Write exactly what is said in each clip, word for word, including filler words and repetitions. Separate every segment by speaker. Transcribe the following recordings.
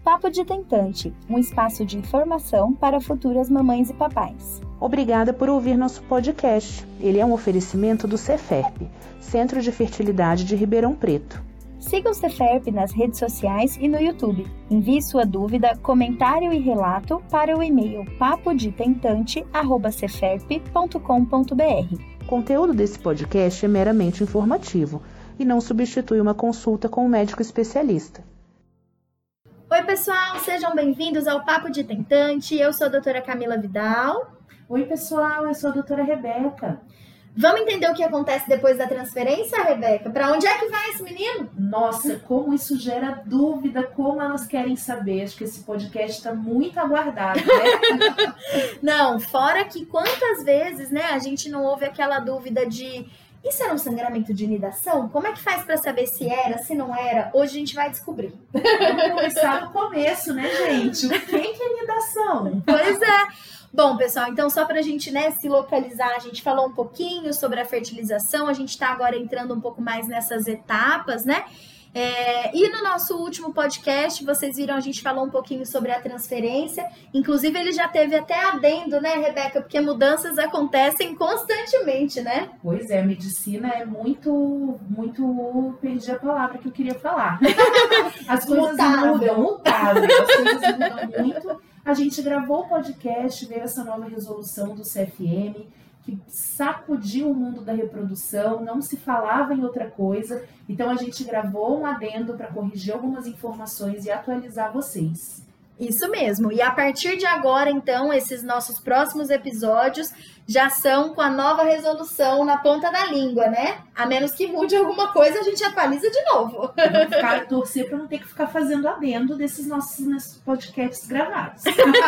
Speaker 1: Papo de Tentante, um espaço de informação para futuras mamães e papais.
Speaker 2: Obrigada por ouvir nosso podcast. Ele é um oferecimento do Ceferp, Centro de Fertilidade de Ribeirão Preto.
Speaker 1: Siga o Ceferp nas redes sociais e no YouTube. Envie sua dúvida, comentário e relato para o e-mail papodetentante arroba ceferp ponto com ponto b r.
Speaker 2: O conteúdo desse podcast é meramente informativo e não substitui uma consulta com um médico especialista.
Speaker 1: Oi, pessoal, sejam bem-vindos ao Papo de Tentante. Eu sou a doutora Camila Vidal.
Speaker 2: Oi, pessoal, eu sou a doutora Rebeca.
Speaker 1: Vamos entender o que acontece depois da transferência, Rebeca? Para onde é que vai esse menino?
Speaker 2: Nossa, como isso gera dúvida, como elas querem saber. Acho que esse podcast está muito aguardado, né?
Speaker 1: Não, fora que quantas vezes, né, a gente não ouve aquela dúvida de... Isso era um sangramento de inidação? Como é que faz para saber se era, se não era? Hoje a gente vai descobrir.
Speaker 2: Vamos começar no começo, né, gente? O que é inidação?
Speaker 1: Pois é. Bom, pessoal, então só para a gente, né, se localizar, a gente falou um pouquinho sobre a fertilização, a gente está agora entrando um pouco mais nessas etapas, né? É, e no nosso último podcast, vocês viram, a gente falou um pouquinho sobre a transferência, inclusive ele já teve até adendo, né, Rebeca? Porque mudanças acontecem constantemente, né?
Speaker 2: Pois é, a medicina é muito, muito, perdi a palavra que eu queria falar. As coisas
Speaker 1: Mutável.
Speaker 2: mudam, mutável, as coisas mudam muito. A gente gravou o podcast, veio essa nova resolução do C F M, que sacudiu o mundo da reprodução, não se falava em outra coisa. Então a gente gravou um adendo para corrigir algumas informações e atualizar vocês.
Speaker 1: Isso mesmo. E a partir de agora, então, esses nossos próximos episódios já são com a nova resolução na ponta da língua, né? A menos que mude alguma coisa, a gente atualiza de novo.
Speaker 2: Vamos ficar, torcer para não ter que ficar fazendo adendo desses nossos, nossos podcasts gravados.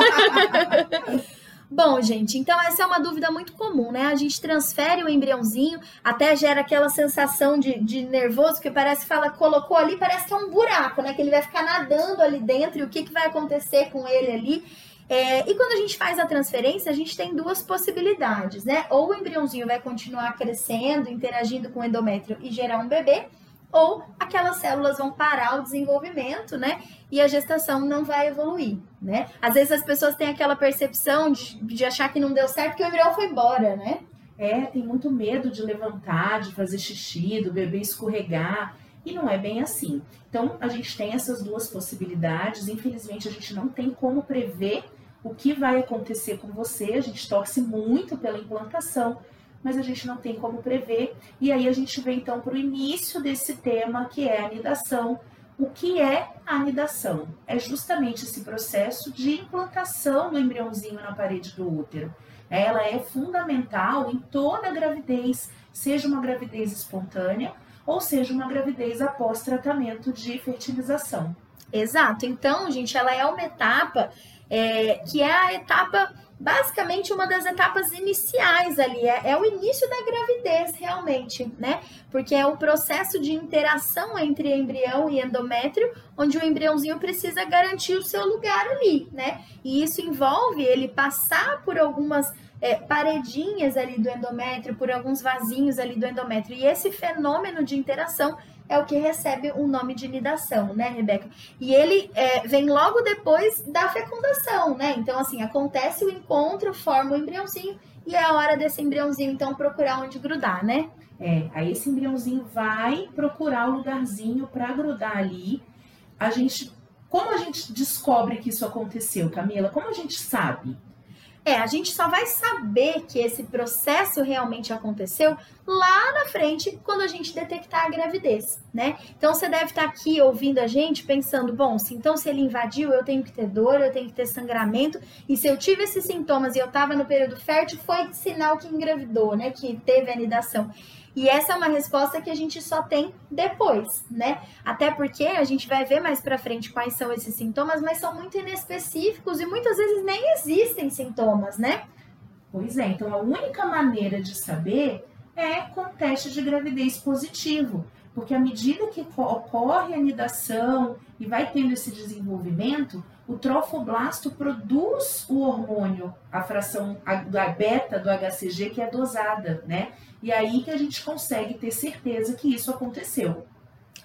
Speaker 1: Bom, gente, então essa é uma dúvida muito comum, né? A gente transfere o embriãozinho, até gera aquela sensação de, de nervoso, que parece que fala, colocou ali, parece que é um buraco, né? Que ele vai ficar nadando ali dentro e o que, que vai acontecer com ele ali. É, e quando a gente faz a transferência, a gente tem duas possibilidades, né? Ou o embriãozinho vai continuar crescendo, interagindo com o endométrio e gerar um bebê, ou aquelas células vão parar o desenvolvimento, né? E a gestação não vai evoluir, né? Às vezes as pessoas têm aquela percepção de, de achar que não deu certo porque o embrião foi embora, né?
Speaker 2: É, tem muito medo de levantar, de fazer xixi, do bebê escorregar, e não é bem assim. Então, a gente tem essas duas possibilidades, infelizmente a gente não tem como prever o que vai acontecer com você, a gente torce muito pela implantação, mas a gente não tem como prever. E aí a gente vem então para o início desse tema, que é a anidação. O que é a anidação? É justamente esse processo de implantação do embriãozinho na parede do útero. Ela é fundamental em toda a gravidez, seja uma gravidez espontânea ou seja uma gravidez após tratamento de fertilização.
Speaker 1: Exato. Então, gente, ela é uma etapa é, que é a etapa... Basicamente, uma das etapas iniciais ali, é, é o início da gravidez, realmente, né? Porque é o processo de interação entre embrião e endométrio, onde o embriãozinho precisa garantir o seu lugar ali, né? E isso envolve ele passar por algumas é, paredinhas ali do endométrio, por alguns vasinhos ali do endométrio. E esse fenômeno de interação é o que recebe o nome de nidação, né, Rebeca? E ele é, vem logo depois da fecundação, né? Então, assim, acontece o encontro, forma o embriãozinho e é a hora desse embriãozinho, então, procurar onde grudar, né?
Speaker 2: É, aí esse embriãozinho vai procurar o lugarzinho para grudar ali. A gente, como a gente descobre que isso aconteceu, Camila? Como a gente sabe?
Speaker 1: É, a gente só vai saber que esse processo realmente aconteceu lá na frente, quando a gente detectar a gravidez, né? Então, você deve estar aqui ouvindo a gente pensando, bom, se, então se ele invadiu, eu tenho que ter dor, eu tenho que ter sangramento, e se eu tive esses sintomas e eu estava no período fértil, foi sinal que engravidou, né? Que teve anidação. E essa é uma resposta que a gente só tem depois, né? Até porque a gente vai ver mais pra frente quais são esses sintomas, mas são muito inespecíficos e muitas vezes nem existem sintomas, né?
Speaker 2: Pois é, então a única maneira de saber é com teste de gravidez positivo, porque à medida que ocorre a anidação e vai tendo esse desenvolvimento, o trofoblasto produz o hormônio, a fração da beta do H C G, que é dosada, né? E aí que a gente consegue ter certeza que isso aconteceu.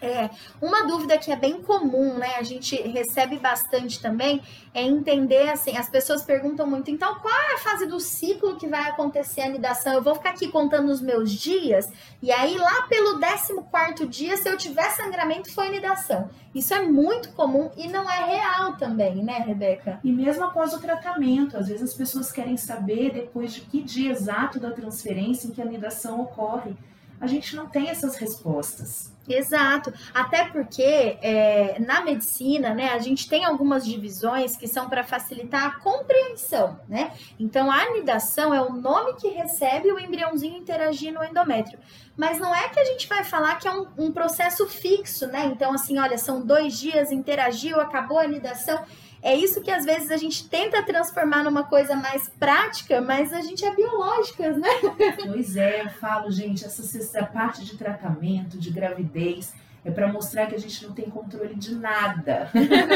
Speaker 1: É, uma dúvida que é bem comum, né? A gente recebe bastante também, é entender, assim, as pessoas perguntam muito, então qual é a fase do ciclo que vai acontecer a anidação? Eu vou ficar aqui contando os meus dias, e aí lá pelo décimo quarto dia, se eu tiver sangramento, foi anidação. Isso é muito comum e não é real também, né, Rebeca?
Speaker 2: E mesmo após o tratamento, às vezes as pessoas querem saber depois de que dia exato da transferência em que a anidação ocorre. A gente não tem essas respostas.
Speaker 1: Exato, até porque é, na medicina, né, a gente tem algumas divisões que são para facilitar a compreensão, né? Então, a anidação é o nome que recebe o embriãozinho interagir no endométrio. Mas não é que a gente vai falar que é um, um processo fixo, né? Então, assim, olha, são dois dias, interagiu, acabou a anidação. É isso que às vezes a gente tenta transformar numa coisa mais prática, mas a gente é biológicas, né?
Speaker 2: Pois é, eu falo, gente, essa, essa parte de tratamento, de gravidez, é para mostrar que a gente não tem controle de nada.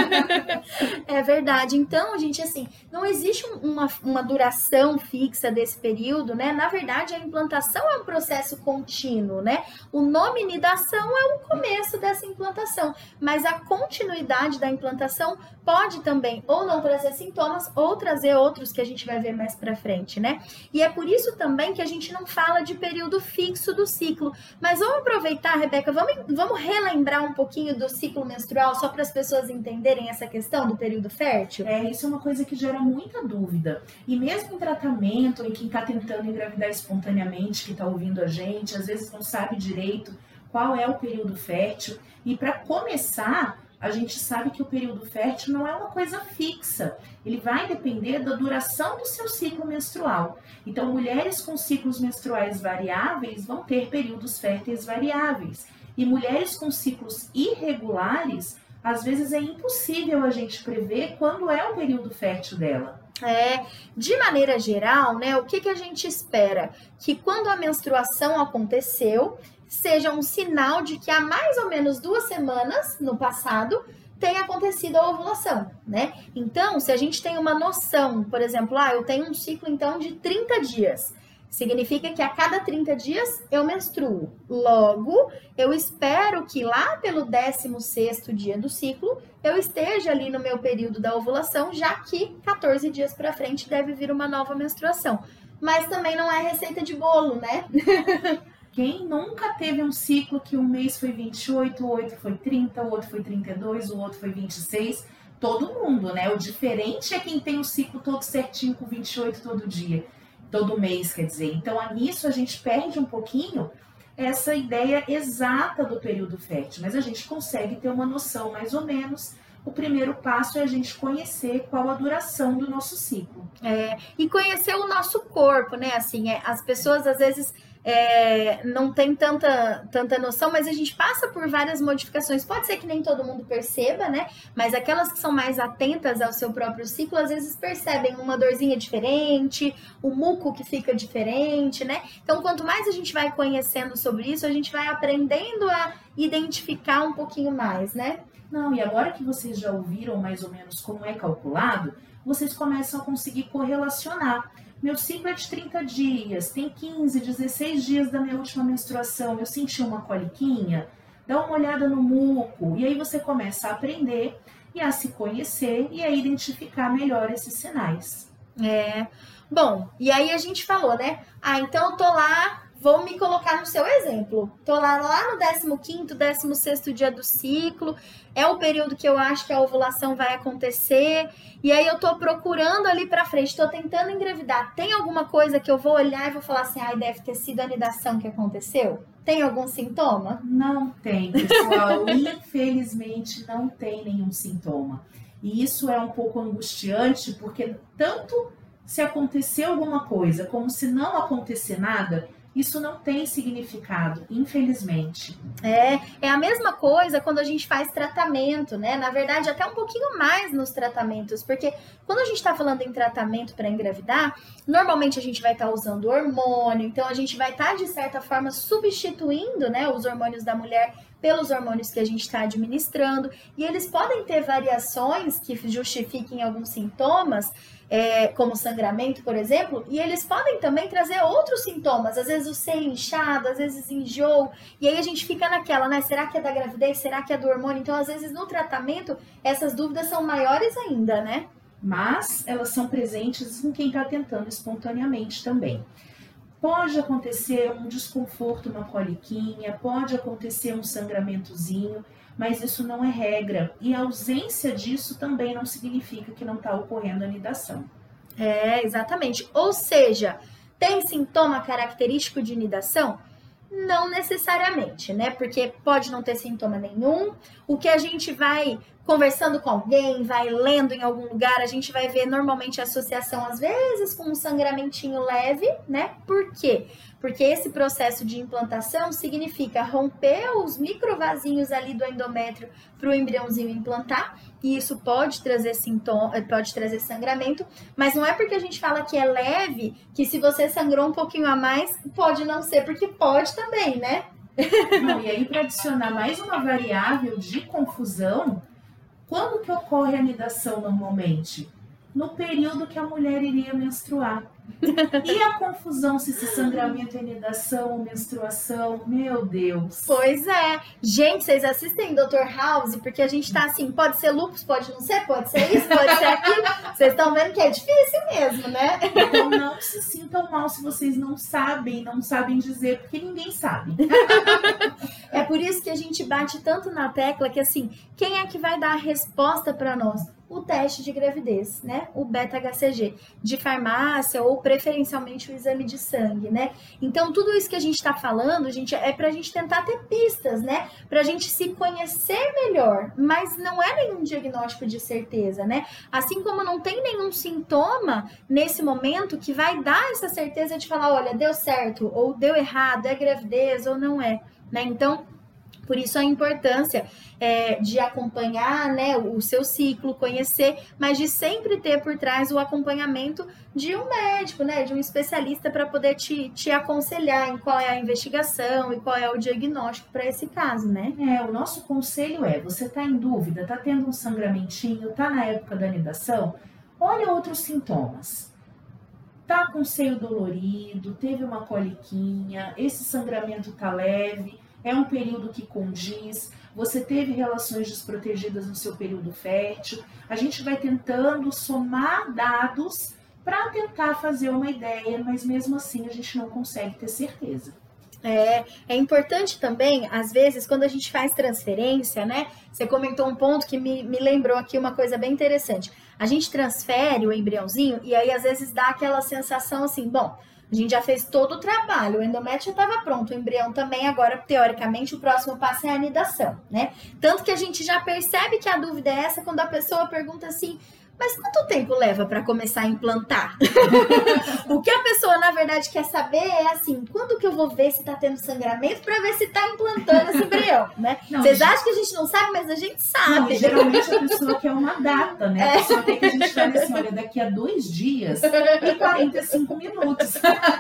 Speaker 1: É verdade. Então, gente, assim, não existe uma, uma duração fixa desse período, né? Na verdade, a implantação é um processo contínuo, né? O nome nidação é o começo dessa implantação, mas a continuidade da implantação pode também ou não trazer sintomas ou trazer outros que a gente vai ver mais pra frente, né? E é por isso também que a gente não fala de período fixo do ciclo. Mas vamos aproveitar, Rebeca, vamos, vamos relembrar um pouquinho do ciclo menstrual, só para as pessoas entenderem essa questão do período fértil?
Speaker 2: É, isso é uma coisa que gera muita dúvida. E mesmo em tratamento, em quem está tentando engravidar espontaneamente, que está ouvindo a gente, às vezes não sabe direito qual é o período fértil. E para começar, a gente sabe que o período fértil não é uma coisa fixa. Ele vai depender da duração do seu ciclo menstrual. Então, mulheres com ciclos menstruais variáveis vão ter períodos férteis variáveis. E mulheres com ciclos irregulares, às vezes é impossível a gente prever quando é o período fértil dela.
Speaker 1: É, de maneira geral, né, o que, que a gente espera? Que quando a menstruação aconteceu, seja um sinal de que há mais ou menos duas semanas no passado tenha acontecido a ovulação, né? Então, se a gente tem uma noção, por exemplo, ah, eu tenho um ciclo então de trinta dias. Significa que a cada trinta dias eu menstruo. Logo, eu espero que lá pelo décimo sexto dia do ciclo, eu esteja ali no meu período da ovulação, já que quatorze dias para frente deve vir uma nova menstruação. Mas também não é receita de bolo, né?
Speaker 2: Quem nunca teve um ciclo que um mês foi vinte e oito, o outro foi trinta, o outro foi trinta e dois, o outro foi vinte e seis? Todo mundo, né? O diferente é quem tem o ciclo todo certinho com vinte e oito todo dia. Todo mês, quer dizer. Então, nisso a gente perde um pouquinho essa ideia exata do período fértil, mas a gente consegue ter uma noção mais ou menos. O primeiro passo é a gente conhecer qual a duração do nosso ciclo.
Speaker 1: É, e conhecer o nosso corpo, né? Assim, é, as pessoas às vezes é, não tem tanta, tanta noção, mas a gente passa por várias modificações. Pode ser que nem todo mundo perceba, né? Mas aquelas que são mais atentas ao seu próprio ciclo, às vezes percebem uma dorzinha diferente, o muco que fica diferente, né? Então, quanto mais a gente vai conhecendo sobre isso, a gente vai aprendendo a identificar um pouquinho mais, né?
Speaker 2: Não, e agora que vocês já ouviram mais ou menos como é calculado, vocês começam a conseguir correlacionar. Meu ciclo é de trinta dias, tem quinze, dezesseis dias da minha última menstruação, eu senti uma coliquinha, dá uma olhada no muco, e aí você começa a aprender e a se conhecer e a identificar melhor esses sinais.
Speaker 1: É, bom, e aí a gente falou, né? Ah, então eu tô lá, vou me colocar no seu exemplo. Tô lá, lá no décimo quinto, décimo sexto dia do ciclo, é o período que eu acho que a ovulação vai acontecer, e aí eu tô procurando ali pra frente, tô tentando engravidar. Tem alguma coisa que eu vou olhar e vou falar assim, ai, ah, deve ter sido a anidação que aconteceu? Tem algum sintoma?
Speaker 2: Não tem, pessoal. Infelizmente, não tem nenhum sintoma. E isso é um pouco angustiante, porque tanto se acontecer alguma coisa, como se não acontecer nada, isso não tem significado, infelizmente.
Speaker 1: É, é a mesma coisa quando a gente faz tratamento, né? Na verdade, até um pouquinho mais nos tratamentos, porque quando a gente tá falando em tratamento para engravidar, normalmente a gente vai estar tá usando hormônio, então a gente vai estar, tá, de certa forma, substituindo, né, os hormônios da mulher pelos hormônios que a gente está administrando, e eles podem ter variações que justifiquem alguns sintomas, é, como sangramento, por exemplo, e eles podem também trazer outros sintomas, às vezes o seio inchado, às vezes enjoo, e aí a gente fica naquela, né, será que é da gravidez, será que é do hormônio? Então, às vezes, no tratamento, essas dúvidas são maiores ainda, né?
Speaker 2: Mas elas são presentes em quem está tentando espontaneamente também. Pode acontecer um desconforto, uma coliquinha, pode acontecer um sangramentozinho, mas isso não é regra. E a ausência disso também não significa que não está ocorrendo anidação.
Speaker 1: É, exatamente. Ou seja, tem sintoma característico de anidação? Não necessariamente, né? Porque pode não ter sintoma nenhum. O que a gente vai conversando com alguém, vai lendo em algum lugar, a gente vai ver normalmente a associação, às vezes, com um sangramentinho leve, né? Por quê? Porque esse processo de implantação significa romper os microvasinhos ali do endométrio para o embriãozinho implantar, e isso pode trazer sintoma, pode trazer sangramento, mas não é porque a gente fala que é leve, que se você sangrou um pouquinho a mais, pode não ser, porque pode também, né?
Speaker 2: Não, e aí, para adicionar mais uma variável de confusão, quando que ocorre a anidação normalmente? No período que a mulher iria menstruar. E a confusão se esse sangramento é anidação ou menstruação? Meu Deus!
Speaker 1: Pois é. Gente, vocês assistem doutor House? Porque a gente tá assim, pode ser lúpus, pode não ser, pode ser isso, pode ser aquilo. Vocês estão vendo que é difícil mesmo, né?
Speaker 2: Então não se sintam mal se vocês não sabem, não sabem dizer, porque ninguém sabe.
Speaker 1: É por isso que a gente bate tanto na tecla que assim, quem é que vai dar a resposta para nós? O teste de gravidez, né? O beta-H C G de farmácia ou preferencialmente o exame de sangue, né? Então, tudo isso que a gente tá falando, gente, é pra gente tentar ter pistas, né? Pra gente se conhecer melhor, mas não é nenhum diagnóstico de certeza, né? Assim como não tem nenhum sintoma nesse momento que vai dar essa certeza de falar, olha, deu certo, ou deu errado, é gravidez ou não é, né? Então, por isso a importância é, de acompanhar, né, o seu ciclo, conhecer, mas de sempre ter por trás o acompanhamento de um médico, né, de um especialista para poder te, te aconselhar em qual é a investigação e qual é o diagnóstico para esse caso, né?
Speaker 2: É, o nosso conselho é, você está em dúvida, está tendo um sangramentinho, está na época da anidação, olha outros sintomas. Tá com o seio dolorido, teve uma coliquinha, esse sangramento tá leve, é um período que condiz, você teve relações desprotegidas no seu período fértil. A gente vai tentando somar dados para tentar fazer uma ideia, mas mesmo assim a gente não consegue ter certeza.
Speaker 1: É, é importante também, às vezes, quando a gente faz transferência, né? Você comentou um ponto que me, me lembrou aqui uma coisa bem interessante. A gente transfere o embriãozinho e aí às vezes dá aquela sensação assim, bom, a gente já fez todo o trabalho, o endométrio estava pronto, o embrião também, agora, teoricamente, o próximo passo é a anidação, né? Tanto que a gente já percebe que a dúvida é essa quando a pessoa pergunta assim, mas quanto tempo leva para começar a implantar? O que a pessoa, na verdade, quer saber é assim, quando que eu vou ver se tá tendo sangramento para ver se tá implantando esse embrião, né? Não, Vocês gente... acham que a gente não sabe, mas a gente sabe.
Speaker 2: Não, geralmente a pessoa quer uma data, né? A pessoa tem que a gente vai nesse, olha, daqui a dois dias e quarenta e cinco minutos.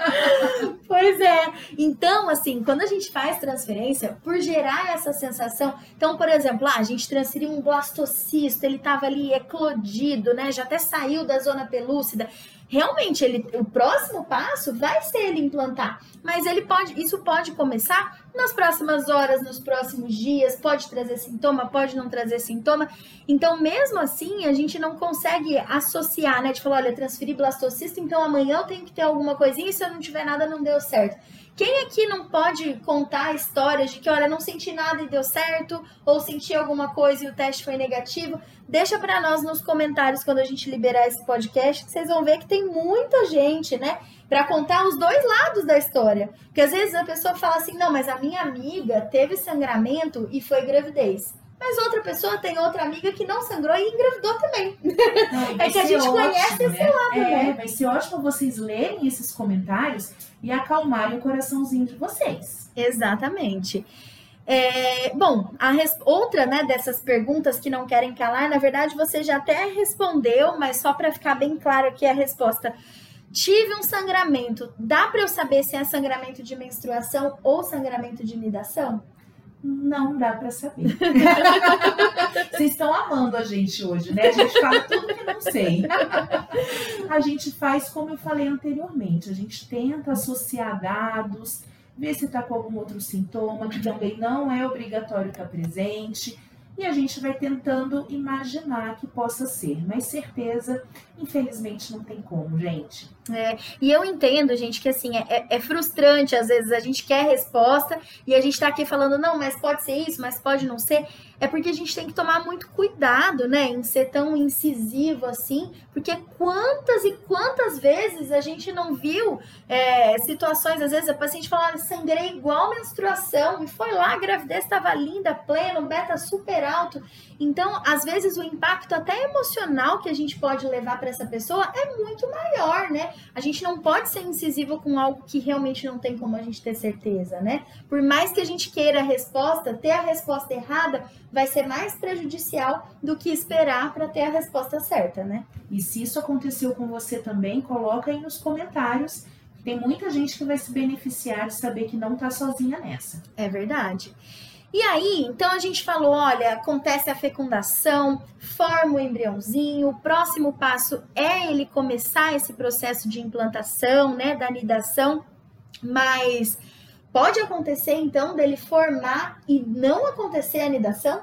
Speaker 1: Pois é. Então, assim, quando a gente faz transferência, por gerar essa sensação, então, por exemplo, ah, a gente transferiu um blastocisto, ele tava ali eclodido, né? Já até saiu da zona pelúcida. Realmente, ele, o próximo passo vai ser ele implantar, mas ele pode, isso pode começar nas próximas horas, nos próximos dias, pode trazer sintoma, pode não trazer sintoma. Então, mesmo assim, a gente não consegue associar, né? De falar, olha, transferi blastocisto, então amanhã eu tenho que ter alguma coisinha e se eu não tiver nada, não deu certo. Quem aqui não pode contar histórias de que, olha, não senti nada e deu certo, ou senti alguma coisa e o teste foi negativo? Deixa para nós nos comentários quando a gente liberar esse podcast, que vocês vão ver que tem muita gente, né? Para contar os dois lados da história. Porque às vezes a pessoa fala assim, não, mas a minha amiga teve sangramento e foi gravidez. Mas outra pessoa tem outra amiga que não sangrou e engravidou também. Não, é que a gente ótimo, conhece esse né? lado,
Speaker 2: é,
Speaker 1: né?
Speaker 2: Vai ser ótimo vocês lerem esses comentários e acalmarem o coraçãozinho de vocês.
Speaker 1: Exatamente. É, bom, a res... outra né, dessas perguntas que não querem calar, na verdade você já até respondeu, mas só para ficar bem claro aqui a resposta. Tive um sangramento, dá para eu saber se é sangramento de menstruação ou sangramento de anidação?
Speaker 2: Não dá para saber. Vocês estão amando a gente hoje, né? A gente fala tudo que não sei. A gente faz como eu falei anteriormente. A gente tenta associar dados, ver se está com algum outro sintoma, que também não é obrigatório estar presente. E a gente vai tentando imaginar que possa ser. Mas certeza, infelizmente, não tem como, gente.
Speaker 1: É, e eu entendo, gente, que assim, é, é frustrante, às vezes a gente quer resposta e a gente tá aqui falando, não, mas pode ser isso, mas pode não ser. É porque a gente tem que tomar muito cuidado, né, em ser tão incisivo assim, porque quantas e quantas vezes a gente não viu é, situações, às vezes a paciente fala, sangrei igual menstruação, e foi lá, a gravidez estava linda, plena, um beta super alto. Então, às vezes o impacto até emocional que a gente pode levar para essa pessoa é muito maior, né? A gente não pode ser incisivo com algo que realmente não tem como a gente ter certeza, né? Por mais que a gente queira a resposta, ter a resposta errada vai ser mais prejudicial do que esperar para ter a resposta certa, né?
Speaker 2: E se isso aconteceu com você também, coloca aí nos comentários. Tem muita gente que vai se beneficiar de saber que não tá sozinha nessa.
Speaker 1: É verdade. E aí, então a gente falou, olha, acontece a fecundação, forma o embriãozinho, o próximo passo é ele começar esse processo de implantação, né, da anidação, mas pode acontecer então dele formar e não acontecer a anidação?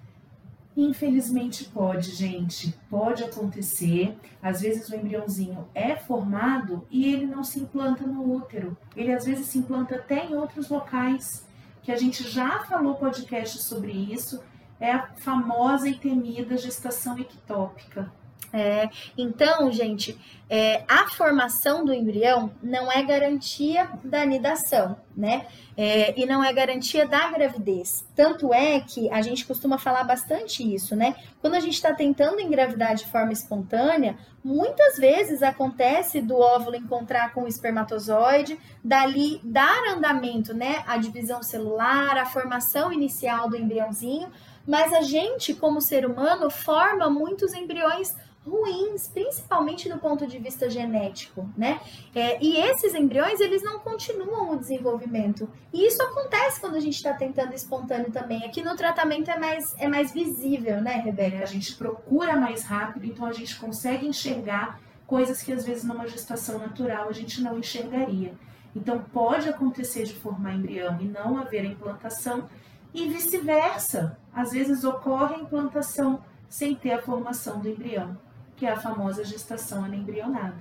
Speaker 2: Infelizmente pode, gente, pode acontecer. Às vezes o embriãozinho é formado e ele não se implanta no útero, ele às vezes se implanta até em outros locais, que a gente já falou podcast sobre isso, é a famosa e temida gestação ectópica.
Speaker 1: É, então, gente, é, a formação do embrião não é garantia da anidação, né? É, e não é garantia da gravidez. Tanto é que a gente costuma falar bastante isso, né? Quando a gente está tentando engravidar de forma espontânea, muitas vezes acontece do óvulo encontrar com o espermatozoide, dali dar andamento, né? A divisão celular, a formação inicial do embriãozinho, mas a gente, como ser humano, forma muitos embriões ruins, principalmente do ponto de vista genético, né? É, e esses embriões, eles não continuam o desenvolvimento. E isso acontece quando a gente está tentando espontâneo também. Aqui no tratamento é mais, é mais visível, né, Rebeca?
Speaker 2: É, a gente procura mais rápido, então a gente consegue enxergar coisas que às vezes numa gestação natural a gente não enxergaria. Então pode acontecer de formar embrião e não haver a implantação, e vice-versa. Às vezes ocorre a implantação sem ter a formação do embrião, que é a famosa gestação anembrionada.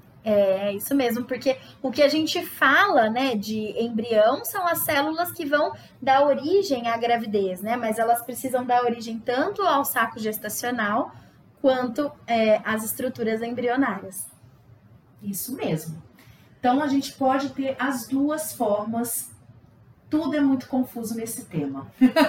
Speaker 1: É, isso mesmo, porque o que a gente fala, né, de embrião são as células que vão dar origem à gravidez, né, mas elas precisam dar origem tanto ao saco gestacional quanto é, às estruturas embrionárias.
Speaker 2: Isso mesmo. Então, a gente pode ter as duas formas. Tudo é muito confuso nesse tema.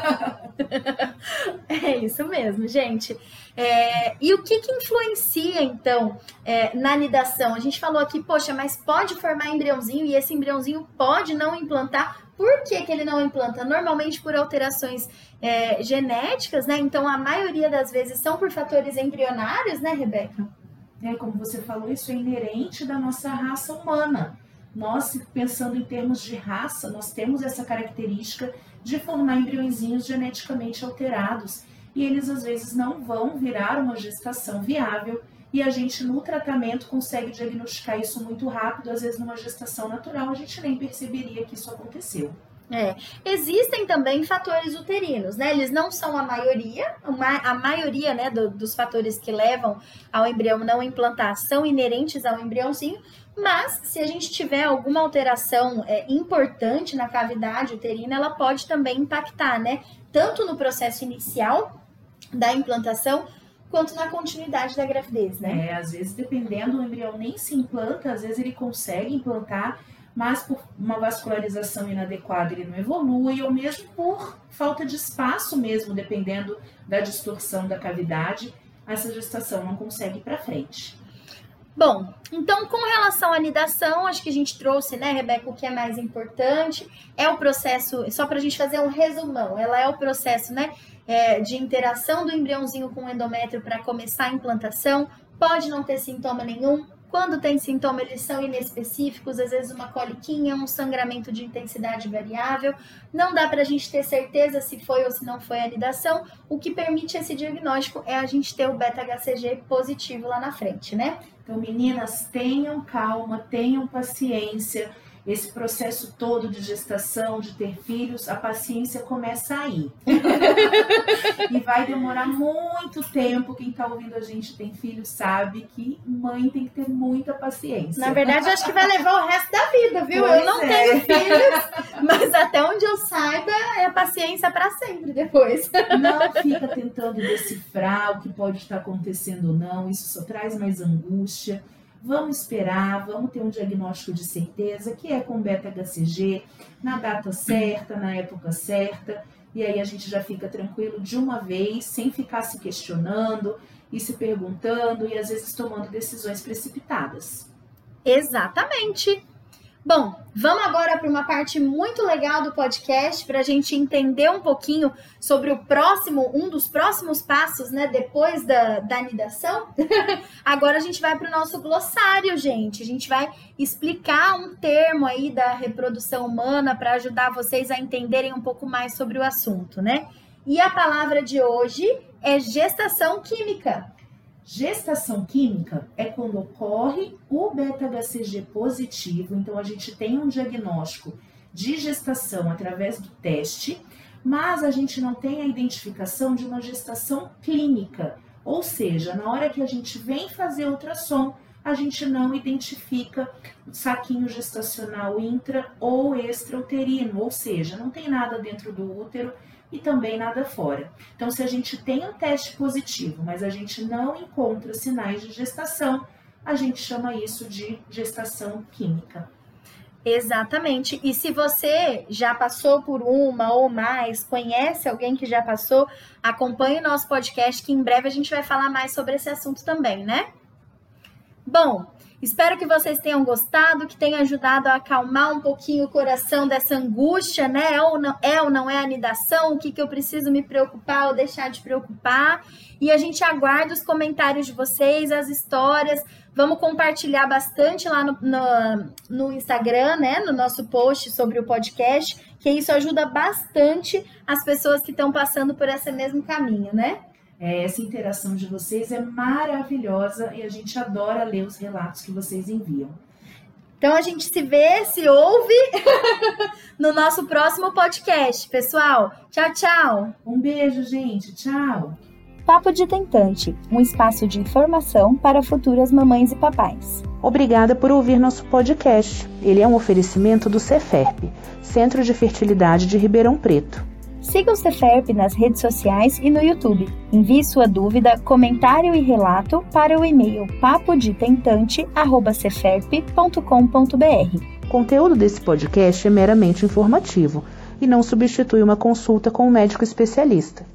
Speaker 1: É isso mesmo, gente. É, e o que, que influencia, então, é, na anidação? A gente falou aqui, poxa, mas pode formar embriãozinho e esse embriãozinho pode não implantar. Por que, que ele não implanta? Normalmente por alterações é, genéticas, né? Então, a maioria das vezes são por fatores embrionários, né, Rebeca?
Speaker 2: É, como você falou, isso é inerente da nossa raça humana. Nós, pensando em termos de raça, nós temos essa característica de formar embriõezinhos geneticamente alterados. E eles, às vezes, não vão virar uma gestação viável. E a gente, no tratamento, consegue diagnosticar isso muito rápido. Às vezes, numa gestação natural, a gente nem perceberia que isso aconteceu.
Speaker 1: É. Existem também fatores uterinos, né? Eles não são a maioria, a maioria, né, do, dos fatores que levam ao embrião não implantar são inerentes ao embriãozinho, mas se a gente tiver alguma alteração é, importante na cavidade uterina, ela pode também impactar, né? Tanto no processo inicial da implantação, quanto na continuidade da gravidez, né?
Speaker 2: É, às vezes, dependendo, o embrião nem se implanta, às vezes ele consegue implantar, mas por uma vascularização inadequada ele não evolui, ou mesmo por falta de espaço mesmo, dependendo da distorção da cavidade, essa gestação não consegue ir para frente.
Speaker 1: Bom, então com relação à anidação, acho que a gente trouxe, né, Rebeca, o que é mais importante, é o processo, só para a gente fazer um resumão, ela é o processo, né, é, de interação do embriãozinho com o endométrio para começar a implantação, pode não ter sintoma nenhum, Quando tem sintoma, eles são inespecíficos, às vezes uma coliquinha, um sangramento de intensidade variável. Não dá para a gente ter certeza se foi ou se não foi anidação. O que permite esse diagnóstico é a gente ter o beta-H C G positivo lá na frente, né?
Speaker 2: Então, meninas, tenham calma, tenham paciência. Esse processo todo de gestação, de ter filhos, a paciência começa aí. E vai demorar muito tempo. Quem está ouvindo a gente tem filho sabe que mãe tem que ter muita paciência.
Speaker 1: Na verdade, eu acho que vai levar o resto da vida, viu?
Speaker 2: Pois
Speaker 1: eu não
Speaker 2: é.
Speaker 1: tenho filhos, mas até onde eu saiba, é paciência para sempre depois.
Speaker 2: Não fica tentando decifrar o que pode estar acontecendo ou não. Isso só traz mais angústia. Vamos esperar, vamos ter um diagnóstico de certeza, que é com beta-H C G, na data certa, na época certa, e aí a gente já fica tranquilo de uma vez, sem ficar se questionando e se perguntando e às vezes tomando decisões precipitadas.
Speaker 1: Exatamente. Bom, vamos agora para uma parte muito legal do podcast para a gente entender um pouquinho sobre o próximo, um dos próximos passos, né, depois da, da anidação. Agora a gente vai para o nosso glossário, gente. A gente vai explicar um termo aí da reprodução humana para ajudar vocês a entenderem um pouco mais sobre o assunto, né? E a palavra de hoje é gestação química.
Speaker 2: Gestação química é quando ocorre o beta-H C G positivo, então a gente tem um diagnóstico de gestação através do teste, mas a gente não tem a identificação de uma gestação clínica, ou seja, na hora que a gente vem fazer ultrassom, a gente não identifica o saquinho gestacional intra ou extrauterino, ou seja, não tem nada dentro do útero e também nada fora. Então, se a gente tem um teste positivo, mas a gente não encontra sinais de gestação, a gente chama isso de gestação química.
Speaker 1: Exatamente. E se você já passou por uma ou mais, conhece alguém que já passou, acompanhe o nosso podcast, que em breve a gente vai falar mais sobre esse assunto também, né? Bom, espero que vocês tenham gostado, que tenha ajudado a acalmar um pouquinho o coração dessa angústia, né? É ou não é, ou não é anidação? O que, que eu preciso me preocupar ou deixar de preocupar? E a gente aguarda os comentários de vocês, as histórias. Vamos compartilhar bastante lá no, no, no Instagram, né? No nosso post sobre o podcast, que isso ajuda bastante as pessoas que estão passando por esse mesmo caminho, né?
Speaker 2: Essa interação de vocês é maravilhosa e a gente adora ler os relatos que vocês enviam.
Speaker 1: Então a gente se vê, se ouve no nosso próximo podcast, pessoal. Tchau, tchau.
Speaker 2: Um beijo, gente. Tchau.
Speaker 1: Papo de Tentante, um espaço de informação para futuras mamães e papais.
Speaker 3: Obrigada por ouvir nosso podcast. Ele é um oferecimento do Ceferp, Centro de Fertilidade de Ribeirão Preto.
Speaker 1: Siga o Ceferp nas redes sociais e no YouTube. Envie sua dúvida, comentário e relato para o e-mail papo de tentante arroba ceferp ponto com ponto b r.
Speaker 3: O conteúdo desse podcast é meramente informativo e não substitui uma consulta com um médico especialista.